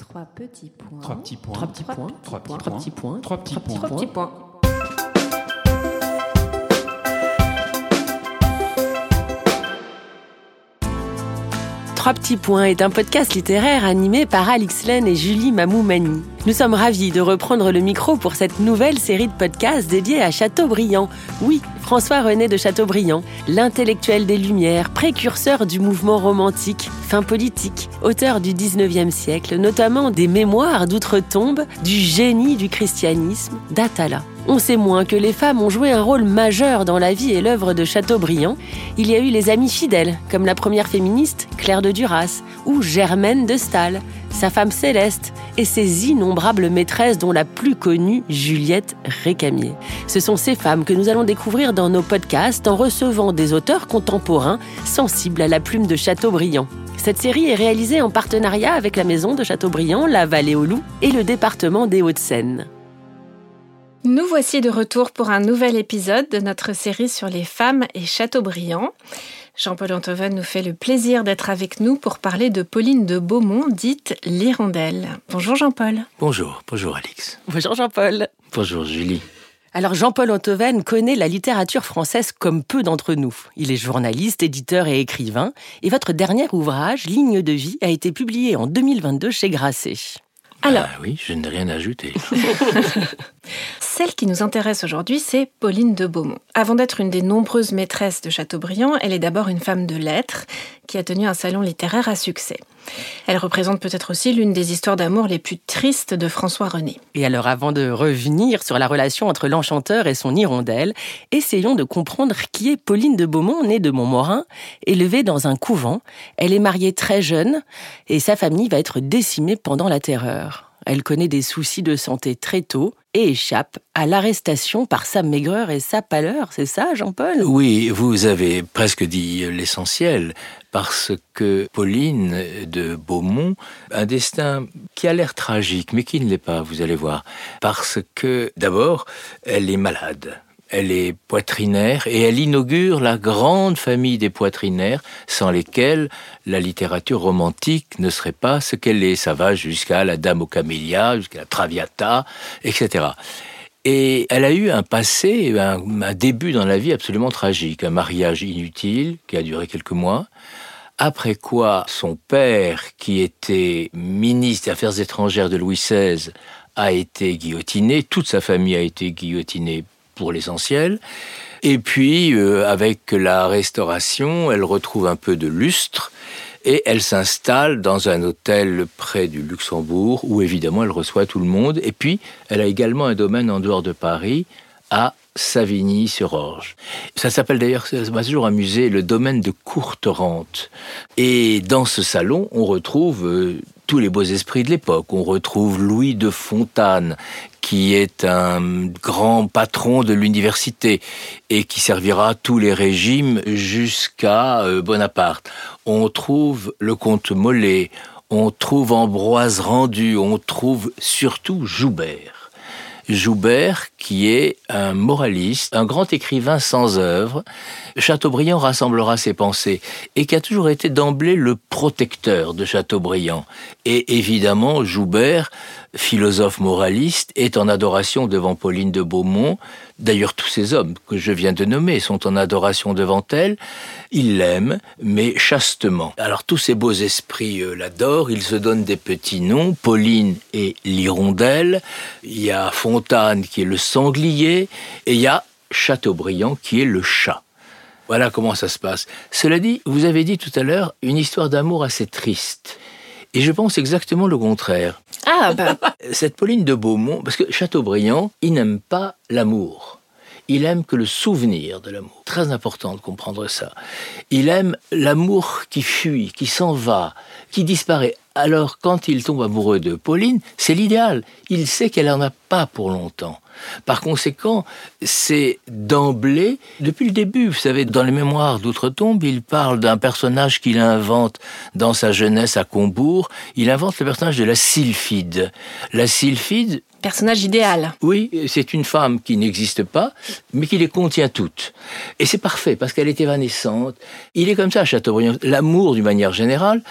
Trois petits points. Trois petits points. Trois petits points. Trois petits Trois petits points. Trois petits points. Trois petits points. Trois petits points est un podcast littéraire animé par Alix Laine et Julie Mamoumani. Nous sommes ravis de reprendre le micro pour cette nouvelle série de podcasts dédiée à Chateaubriand. Oui, François-René de Chateaubriand, l'intellectuel des Lumières, précurseur du mouvement romantique, fin politique, auteur du 19e siècle, notamment des Mémoires d'outre-tombe, du génie du christianisme, d'Atala. On sait moins que les femmes ont joué un rôle majeur dans la vie et l'œuvre de Chateaubriand. Il y a eu les amies fidèles, comme la première féministe, Claire de Duras, ou Germaine de Staël, sa femme Céleste, et ses innombrables maîtresses dont la plus connue, Juliette Récamier. Ce sont ces femmes que nous allons découvrir dans nos podcasts en recevant des auteurs contemporains sensibles à la plume de Chateaubriand. Cette série est réalisée en partenariat avec la maison de Chateaubriand, la Vallée aux Loups et le département des Hauts-de-Seine. Nous voici de retour pour un nouvel épisode de notre série sur les femmes et Chateaubriand. Jean-Paul Antoven nous fait le plaisir d'être avec nous pour parler de Pauline de Beaumont, dite l'Hirondelle. Bonjour Jean-Paul. Bonjour Alix. Bonjour Jean-Paul. Bonjour Julie. Alors Jean-Paul Antoven connaît la littérature française comme peu d'entre nous. Il est journaliste, éditeur et écrivain. Et votre dernier ouvrage, Ligne de vie, a été publié en 2022 chez Grasset. Alors, oui, je n'ai rien à ajouter. Celle qui nous intéresse aujourd'hui, c'est Pauline de Beaumont. Avant d'être une des nombreuses maîtresses de Chateaubriand, elle est d'abord une femme de lettres qui a tenu un salon littéraire à succès. Elle représente peut-être aussi l'une des histoires d'amour les plus tristes de François-René. Et alors, avant de revenir sur la relation entre l'enchanteur et son hirondelle, essayons de comprendre qui est Pauline de Beaumont, née de Montmorin, élevée dans un couvent. Elle est mariée très jeune et sa famille va être décimée pendant la Terreur. Elle connaît des soucis de santé très tôt et échappe à l'arrestation par sa maigreur et sa pâleur. C'est ça, Jean-Paul ? Oui, vous avez presque dit l'essentiel, parce que Pauline de Beaumont a un destin qui a l'air tragique, mais qui ne l'est pas, vous allez voir. Parce que, d'abord, elle est malade. Elle est poitrinaire et elle inaugure la grande famille des poitrinaires sans lesquelles la littérature romantique ne serait pas ce qu'elle est. Ça va jusqu'à la Dame aux camélias, jusqu'à la Traviata, etc. Et elle a eu un passé, un début dans la vie absolument tragique. Un mariage inutile qui a duré quelques mois. Après quoi, son père, qui était ministre des Affaires étrangères de Louis XVI, a été guillotiné. Toute sa famille a été guillotinée pour l'essentiel. Et puis, avec la Restauration, elle retrouve un peu de lustre et elle s'installe dans un hôtel près du Luxembourg où, évidemment, elle reçoit tout le monde. Et puis, elle a également un domaine en dehors de Paris, à Savigny-sur-Orge. Ça s'appelle d'ailleurs, ça m'a toujours amusé, le domaine de Courterante. Et dans ce salon, on retrouve tous les beaux esprits de l'époque. On retrouve Louis de Fontanes, qui est un grand patron de l'université et qui servira tous les régimes jusqu'à Bonaparte. On trouve le comte Molé, on trouve Ambroise Rendu, on trouve surtout Joubert. Joubert, qui est un moraliste, un grand écrivain sans œuvre. Chateaubriand rassemblera ses pensées et qui a toujours été d'emblée le protecteur de Chateaubriand. Et évidemment, Joubert, philosophe moraliste, est en adoration devant Pauline de Beaumont. D'ailleurs, tous ces hommes que je viens de nommer sont en adoration devant elle. Ils l'aiment, mais chastement. Alors, tous ces beaux esprits l'adorent. Ils se donnent des petits noms. Pauline et l'Hirondelle. Il y a Fontane, qui est le sanglier. Et il y a Chateaubriand, qui est le chat. Voilà comment ça se passe. Cela dit, vous avez dit tout à l'heure une histoire d'amour assez triste. Et je pense exactement le contraire. Cette Pauline de Beaumont, parce que Chateaubriand, il n'aime pas l'amour. Il aime que le souvenir de l'amour. Très important de comprendre ça. Il aime l'amour qui fuit, qui s'en va, qui disparaît. Alors, quand il tombe amoureux de Pauline, c'est l'idéal. Il sait qu'elle n'en a pas pour longtemps. Par conséquent, c'est d'emblée, depuis le début, vous savez, dans les Mémoires d'outre-tombe, il parle d'un personnage qu'il invente dans sa jeunesse à Combourg. Il invente le personnage de la sylphide. La sylphide... Personnage idéal. Oui, c'est une femme qui n'existe pas, mais qui les contient toutes. Et c'est parfait, parce qu'elle est évanescente. Il est comme ça, Chateaubriand. L'amour, d'une manière générale,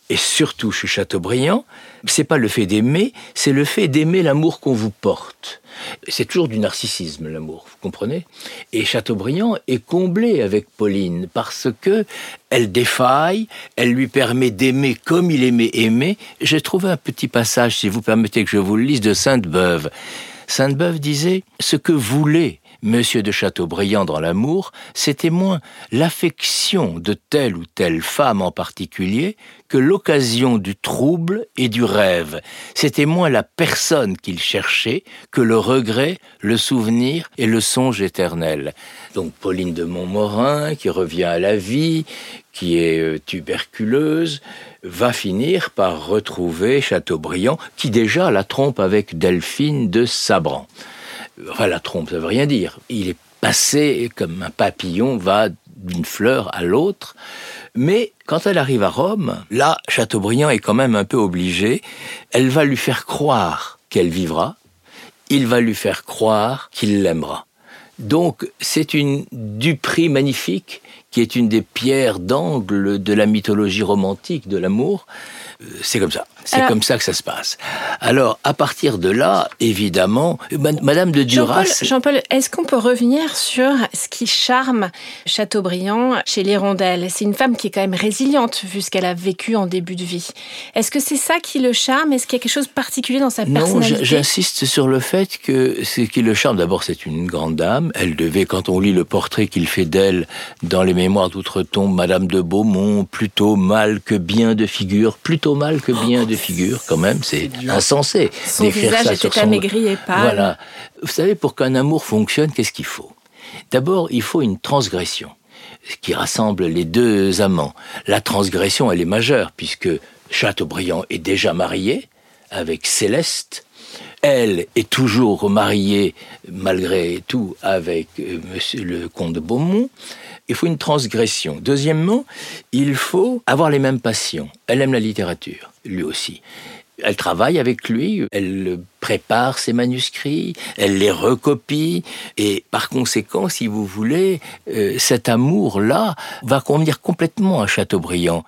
et surtout chez Chateaubriand, c'est pas le fait d'aimer, c'est le fait d'aimer l'amour qu'on vous porte. C'est toujours du narcissisme, l'amour, vous comprenez ? Et Chateaubriand est comblé avec Pauline parce que elle défaille, elle lui permet d'aimer comme il aimait aimer. J'ai trouvé un petit passage, si vous permettez que je vous le lise, de Sainte-Beuve. Sainte-Beuve disait « Ce que voulait Monsieur de Chateaubriand dans l'amour, c'était moins l'affection de telle ou telle femme en particulier que l'occasion du trouble et du rêve. C'était moins la personne qu'il cherchait que le regret, le souvenir et le songe éternel. » Donc Pauline de Montmorin, qui revient à la vie, qui est tuberculeuse, va finir par retrouver Chateaubriand, qui déjà la trompe avec Delphine de Sabran. Enfin, la trompe, ça veut rien dire. Il est passé comme un papillon va d'une fleur à l'autre. Mais quand elle arrive à Rome, là, Chateaubriand est quand même un peu obligé. Elle va lui faire croire qu'elle vivra. Il va lui faire croire qu'il l'aimera. Donc, c'est une Dupri magnifique, qui est une des pierres d'angle de la mythologie romantique de l'amour. C'est comme ça. C'est comme ça que ça se passe. Alors, à partir de là, évidemment, Madame de Duras... Jean-Paul, est-ce qu'on peut revenir sur ce qui charme Chateaubriand chez l'Hirondelle ? C'est une femme qui est quand même résiliente, vu ce qu'elle a vécu en début de vie. Est-ce que c'est ça qui le charme ? Est-ce qu'il y a quelque chose de particulier dans sa personnalité ? Non, j'insiste sur le fait que ce qui le charme, d'abord, c'est une grande dame. Elle devait, quand on lit le portrait qu'il fait d'elle dans les Mémoires d'Outre-Tombe, Madame de Beaumont, plutôt mal que bien de figure, plutôt mal que bien de figure, quand même, c'est insensé. Son visage était amaigri et pâle. Voilà. Vous savez, pour qu'un amour fonctionne, qu'est-ce qu'il faut ? D'abord, il faut une transgression qui rassemble les deux amants. La transgression, elle est majeure, puisque Chateaubriand est déjà marié avec Céleste. Elle est toujours mariée, malgré tout, avec monsieur le comte de Beaumont. Il faut une transgression. Deuxièmement, il faut avoir les mêmes passions. Elle aime la littérature, lui aussi. Elle travaille avec lui, elle prépare ses manuscrits, elle les recopie, et par conséquent, si vous voulez, cet amour-là va convenir complètement à Chateaubriand.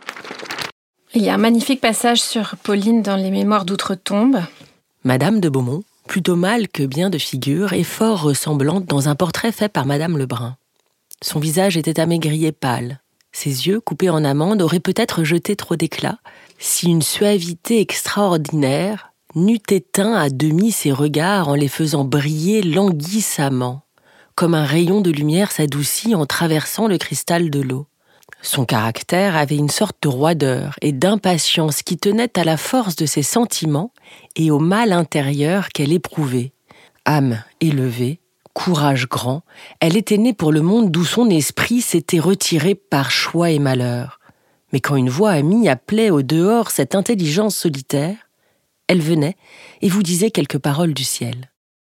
Il y a un magnifique passage sur Pauline dans les Mémoires d'Outre-Tombe. Madame de Beaumont, plutôt mal que bien de figure, est fort ressemblante dans un portrait fait par Madame Lebrun. Son visage était amaigri et pâle. Ses yeux, coupés en amande, auraient peut-être jeté trop d'éclat si une suavité extraordinaire n'eût éteint à demi ses regards en les faisant briller languissamment, comme un rayon de lumière s'adoucit en traversant le cristal de l'eau. Son caractère avait une sorte de roideur et d'impatience qui tenait à la force de ses sentiments et au mal intérieur qu'elle éprouvait. Âme élevée, courage grand, elle était née pour le monde d'où son esprit s'était retiré par choix et malheur. Mais quand une voix amie appelait au dehors cette intelligence solitaire, elle venait et vous disait quelques paroles du ciel.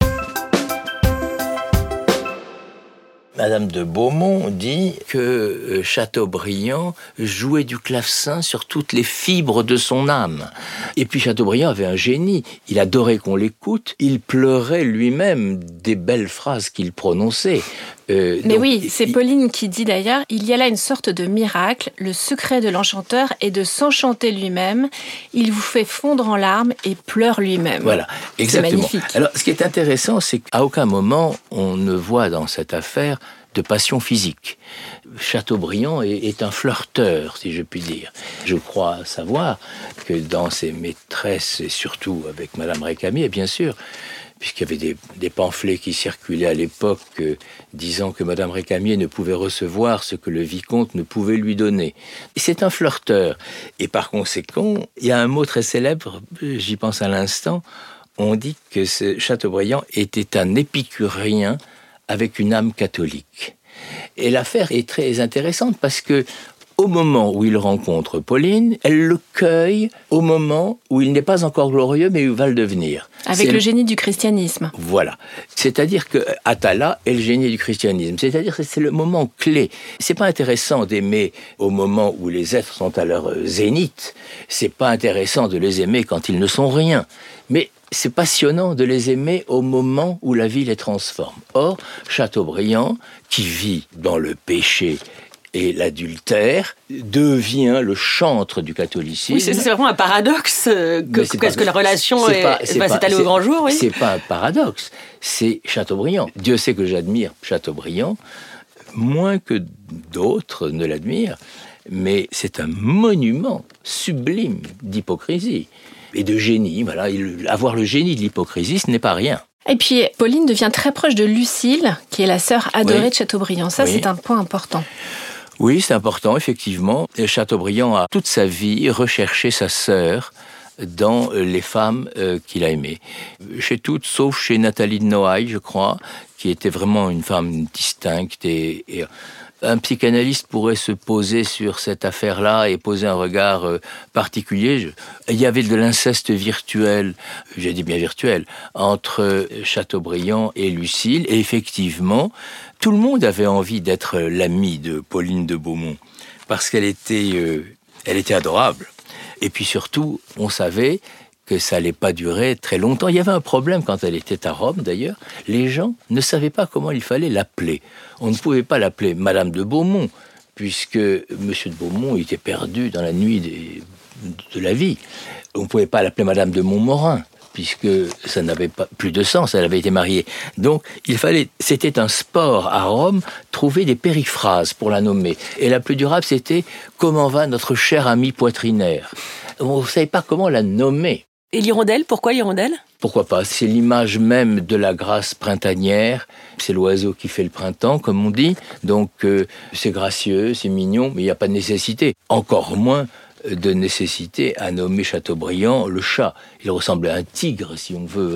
Madame de Beaumont dit que Chateaubriand jouait du clavecin sur toutes les fibres de son âme. Et puis Chateaubriand avait un génie. Il adorait qu'on l'écoute. Il pleurait lui-même des belles phrases qu'il prononçait. Mais oui, c'est Pauline qui dit d'ailleurs, il y a là une sorte de miracle. Le secret de l'enchanteur est de s'enchanter lui-même. Il vous fait fondre en larmes et pleure lui-même. Voilà, exactement. C'est magnifique. Alors, ce qui est intéressant, c'est qu'à aucun moment on ne voit dans cette affaire de passion physique. Chateaubriand est un flirteur, si je puis dire. Je crois savoir que dans ses maîtresses, et surtout avec Madame Récamier, bien sûr, puisqu'il y avait des pamphlets qui circulaient à l'époque disant que Madame Récamier ne pouvait recevoir ce que le vicomte ne pouvait lui donner. Et c'est un flirteur. Et par conséquent, il y a un mot très célèbre, j'y pense à l'instant, on dit que Chateaubriand était un épicurien avec une âme catholique. Et l'affaire est très intéressante parce que au moment où il rencontre Pauline, elle le cueille au moment où il n'est pas encore glorieux, mais il va le devenir. Avec le génie du christianisme. Voilà. C'est-à-dire que Atala est le génie du christianisme. C'est-à-dire que c'est le moment clé. C'est pas intéressant d'aimer au moment où les êtres sont à leur zénith. C'est pas intéressant de les aimer quand ils ne sont rien. Mais c'est passionnant de les aimer au moment où la vie les transforme. Or, Chateaubriand, qui vit dans le péché Et l'adultère devient le chantre du catholicisme. Oui, c'est vraiment un paradoxe que la relation s'est allée au grand jour. Oui. C'est pas un paradoxe, c'est Chateaubriand. Dieu sait que j'admire Chateaubriand, moins que d'autres ne l'admirent, mais c'est un monument sublime d'hypocrisie et de génie. Voilà, avoir le génie de l'hypocrisie, ce n'est pas rien. Et puis, Pauline devient très proche de Lucile, qui est la sœur adorée de Chateaubriand. Ça, c'est un point important. Oui, c'est important, effectivement. Chateaubriand a toute sa vie recherché sa sœur dans les femmes qu'il a aimées. Chez toutes, sauf chez Nathalie de Noailles, je crois, qui était vraiment une femme distincte. Et un psychanalyste pourrait se poser sur cette affaire-là et poser un regard particulier. Il y avait de l'inceste virtuel, j'ai dit bien virtuel, entre Chateaubriand et Lucile. Et effectivement, tout le monde avait envie d'être l'amie de Pauline de Beaumont, parce qu'elle était adorable. Et puis surtout, on savait que ça n'allait pas durer très longtemps. Il y avait un problème quand elle était à Rome, d'ailleurs. Les gens ne savaient pas comment il fallait l'appeler. On ne pouvait pas l'appeler Madame de Beaumont, puisque Monsieur de Beaumont était perdu dans la nuit de la vie. On ne pouvait pas l'appeler Madame de Montmorin, puisque ça n'avait pas plus de sens, elle avait été mariée. Donc, c'était un sport à Rome, trouver des périphrases pour la nommer. Et la plus durable, c'était « Comment va notre cher ami poitrinaire ?» On ne savait pas comment la nommer. Et l'hirondelle, pourquoi l'hirondelle ? Pourquoi pas ? C'est l'image même de la grâce printanière. C'est l'oiseau qui fait le printemps, comme on dit. Donc, c'est gracieux, c'est mignon, mais il n'y a pas de nécessité. Encore moins de nécessité à nommer Chateaubriand le chat. Il ressemblait à un tigre, si on veut,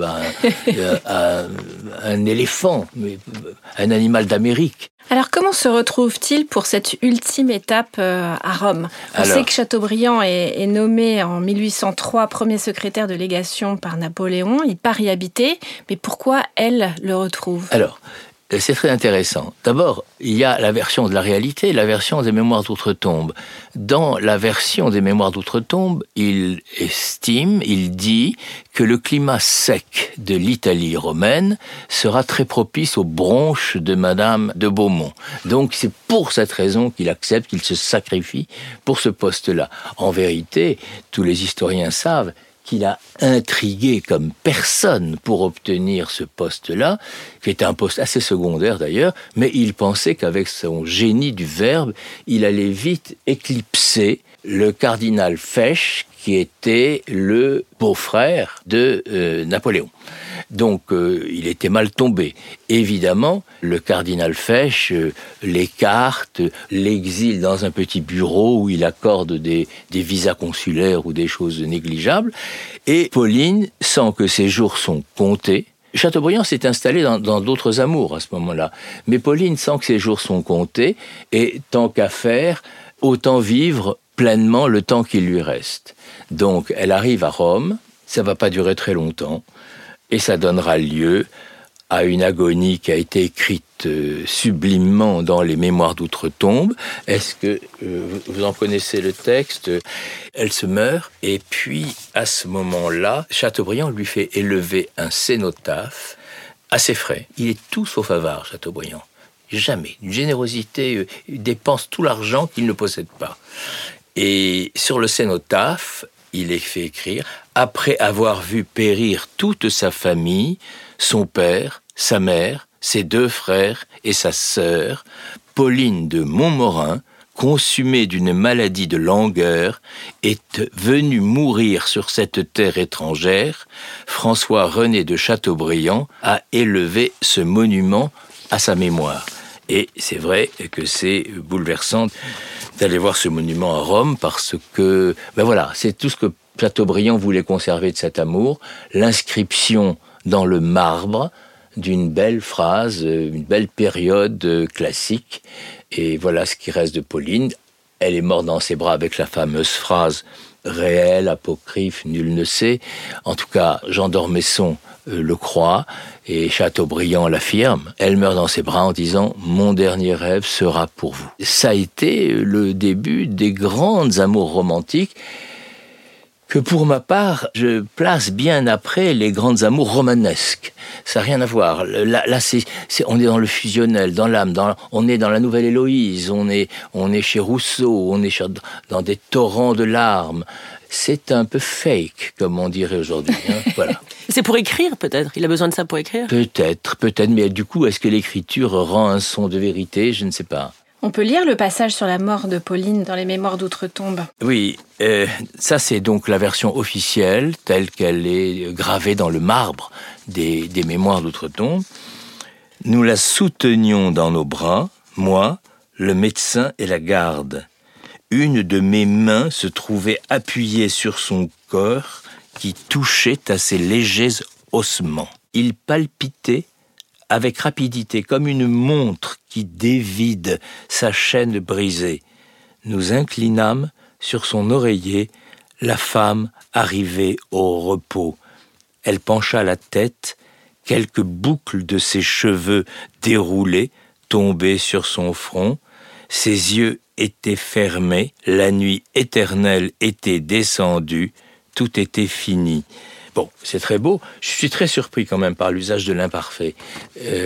à un éléphant, un animal d'Amérique. Alors, comment se retrouve-t-il pour cette ultime étape à Rome ? On sait que Chateaubriand est nommé en 1803 premier secrétaire de légation par Napoléon. Il part y habiter, mais pourquoi elle le retrouve ? Alors, c'est très intéressant. D'abord, il y a la version de la réalité et la version des Mémoires d'outre-tombe. Dans la version des Mémoires d'outre-tombe, il dit que le climat sec de l'Italie romaine sera très propice aux bronches de Madame de Beaumont. Donc, c'est pour cette raison qu'il accepte, qu'il se sacrifie pour ce poste-là. En vérité, tous les historiens savent qu'il a intrigué comme personne pour obtenir ce poste-là, qui était un poste assez secondaire d'ailleurs, mais il pensait qu'avec son génie du verbe, il allait vite éclipser le cardinal Fesch, qui était le beau-frère de Napoléon. Donc, il était mal tombé. Évidemment, le cardinal Fesch l'écarte, l'exile dans un petit bureau où il accorde des visas consulaires ou des choses négligeables. Et Pauline sent que ses jours sont comptés. Chateaubriand s'est installé dans d'autres amours à ce moment-là. Mais Pauline sent que ses jours sont comptés et tant qu'à faire, autant vivre pleinement le temps qu'il lui reste. Donc, elle arrive à Rome, ça ne va pas durer très longtemps, et ça donnera lieu à une agonie qui a été écrite sublimement dans les Mémoires d'outre-tombe. Est-ce que vous en connaissez le texte ? Elle se meurt, et puis, à ce moment-là, Chateaubriand lui fait élever un cénotaphe à ses frais. Il est tout sauf avare, Chateaubriand. Jamais. Une générosité, il dépense tout l'argent qu'il ne possède pas. Et sur le cénotaphe, il est fait écrire « Après avoir vu périr toute sa famille, son père, sa mère, ses 2 frères et sa sœur, Pauline de Montmorin, consumée d'une maladie de langueur, est venue mourir sur cette terre étrangère. François-René de Chateaubriand a élevé ce monument à sa mémoire. » Et c'est vrai que c'est bouleversant d'aller voir ce monument à Rome parce que, c'est tout ce que Chateaubriand voulait conserver de cet amour, l'inscription dans le marbre d'une belle phrase, une belle période classique. Et voilà ce qui reste de Pauline. Elle est morte dans ses bras avec la fameuse phrase réelle, apocryphe, nul ne sait. En tout cas, Jean d'Ormesson le croit et Chateaubriand l'affirme. Elle meurt dans ses bras en disant « Mon dernier rêve sera pour vous ». Ça a été le début des grandes amours romantiques que pour ma part, je place bien après les grandes amours romanesques. Ça n'a rien à voir. Là, on est dans le fusionnel, dans l'âme, on est dans la Nouvelle Héloïse, on est chez Rousseau, on est dans des torrents de larmes. C'est un peu fake, comme on dirait aujourd'hui. Voilà. C'est pour écrire, peut-être. Il a besoin de ça pour écrire. Peut-être. Mais du coup, est-ce que l'écriture rend un son de vérité ? Je ne sais pas. On peut lire le passage sur la mort de Pauline dans les Mémoires d'Outre-Tombe. Oui, ça c'est donc la version officielle, telle qu'elle est gravée dans le marbre des Mémoires d'Outre-Tombe. Nous la soutenions dans nos bras, moi, le médecin et la garde. Une de mes mains se trouvait appuyée sur son corps qui touchait à ses légers ossements. Il palpitait avec rapidité, comme une montre qui dévide sa chaîne brisée. Nous inclinâmes sur son oreiller la femme arrivée au repos. Elle pencha la tête, quelques boucles de ses cheveux déroulés tombaient sur son front, ses yeux étaient fermés, la nuit éternelle était descendue, tout était fini. Bon, c'est très beau. Je suis très surpris quand même par l'usage de l'imparfait. Pourquoi ?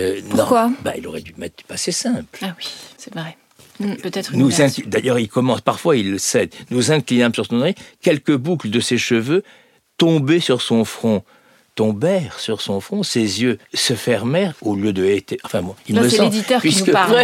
Il aurait dû mettre du passé simple. Ah oui, c'est vrai. Peut-être D'ailleurs, il commence, parfois il le cède. Nous inclinâmes sur son oreille, quelques boucles de ses cheveux tombaient sur son front. Tombèrent sur son front, ses yeux se fermèrent au lieu de... Enfin bon, il là, me c'est semble, l'éditeur qui nous parle.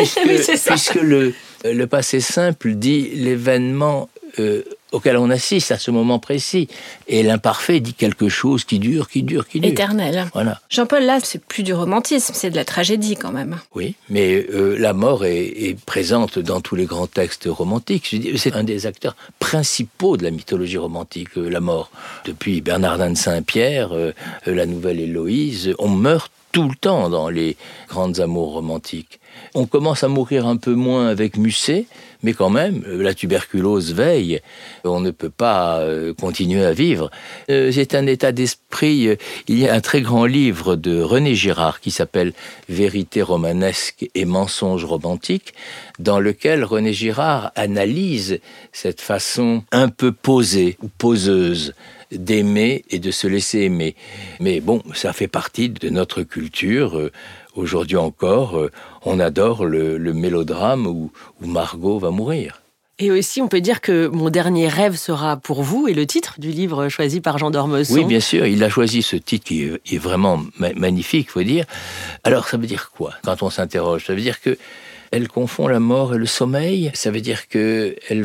puisque le passé simple dit l'événement auquel on assiste à ce moment précis. Et l'imparfait dit quelque chose qui dure. Éternel. Voilà. Jean-Paul, là, c'est plus du romantisme, c'est de la tragédie quand même. Oui, mais la mort est présente dans tous les grands textes romantiques. C'est un des acteurs principaux de la mythologie romantique, la mort. Depuis Bernardin de Saint-Pierre, la Nouvelle Héloïse, on meurt tout le temps dans les grandes amours romantiques. On commence à mourir un peu moins avec Musset, mais quand même, la tuberculose veille. On ne peut pas continuer à vivre. C'est un état d'esprit. Il y a un très grand livre de René Girard qui s'appelle « Vérité romanesque et mensonge romantique », dans lequel René Girard analyse cette façon un peu posée ou poseuse d'aimer et de se laisser aimer. Mais bon, ça fait partie de notre culture. Aujourd'hui encore, on adore le mélodrame où Margot va mourir. Et aussi, on peut dire que Mon dernier rêve sera pour vous est le titre du livre choisi par Jean d'Ormesson. Oui, bien sûr, il a choisi ce titre qui est vraiment magnifique, il faut dire. Alors, ça veut dire quoi quand on s'interroge ? Ça veut dire que elle confond la mort et le sommeil. Ça veut dire qu'elle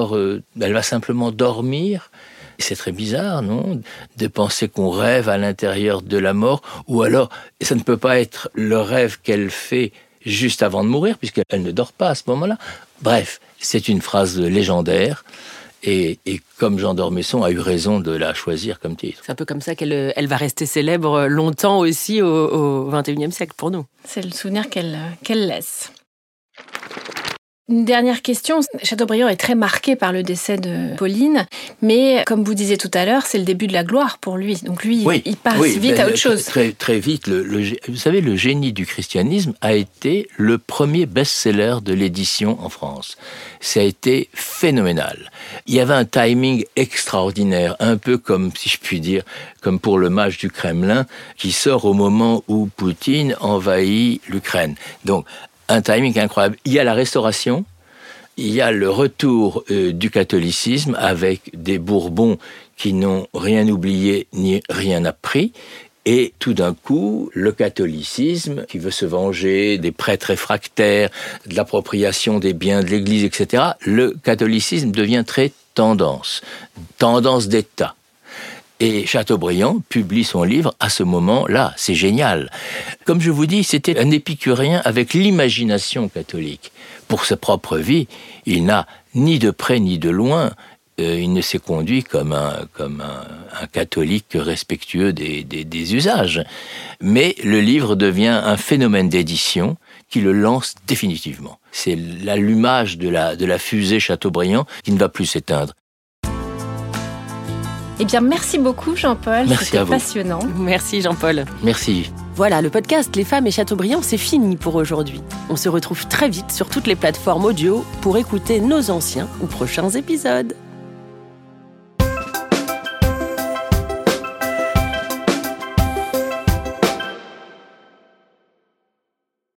va simplement dormir. C'est très bizarre, non ? De penser qu'on rêve à l'intérieur de la mort, ou alors, ça ne peut pas être le rêve qu'elle fait juste avant de mourir, puisqu'elle ne dort pas à ce moment-là. Bref, c'est une phrase légendaire, et comme Jean d'Ormesson a eu raison de la choisir comme titre. C'est un peu comme ça qu'elle va rester célèbre longtemps aussi au XXIe siècle pour nous. C'est le souvenir qu'elle laisse. Une dernière question. Chateaubriand est très marqué par le décès de Pauline, mais comme vous disiez tout à l'heure, c'est le début de la gloire pour lui. Donc lui, il passe vite à autre chose. Très, très vite. Vous savez, Le génie du christianisme a été le premier best-seller de l'édition en France. Ça a été phénoménal. Il y avait un timing extraordinaire, un peu comme, si je puis dire, comme pour le mage du Kremlin, qui sort au moment où Poutine envahit l'Ukraine. Donc, un timing incroyable. Il y a la Restauration, il y a le retour du catholicisme avec des Bourbons qui n'ont rien oublié ni rien appris. Et tout d'un coup, le catholicisme qui veut se venger des prêtres réfractaires, de l'appropriation des biens de l'Église, etc. Le catholicisme devient très tendance d'État. Et Chateaubriand publie son livre à ce moment-là. C'est génial. Comme je vous dis, c'était un épicurien avec l'imagination catholique. Pour sa propre vie, il n'a ni de près ni de loin, il ne s'est conduit comme un catholique respectueux des usages. Mais le livre devient un phénomène d'édition qui le lance définitivement. C'est l'allumage de la fusée Chateaubriand qui ne va plus s'éteindre. Eh bien, merci beaucoup Jean-Paul, c'était passionnant. Merci Jean-Paul. Merci. Voilà, le podcast Les femmes et Chateaubriand, c'est fini pour aujourd'hui. On se retrouve très vite sur toutes les plateformes audio pour écouter nos anciens ou prochains épisodes.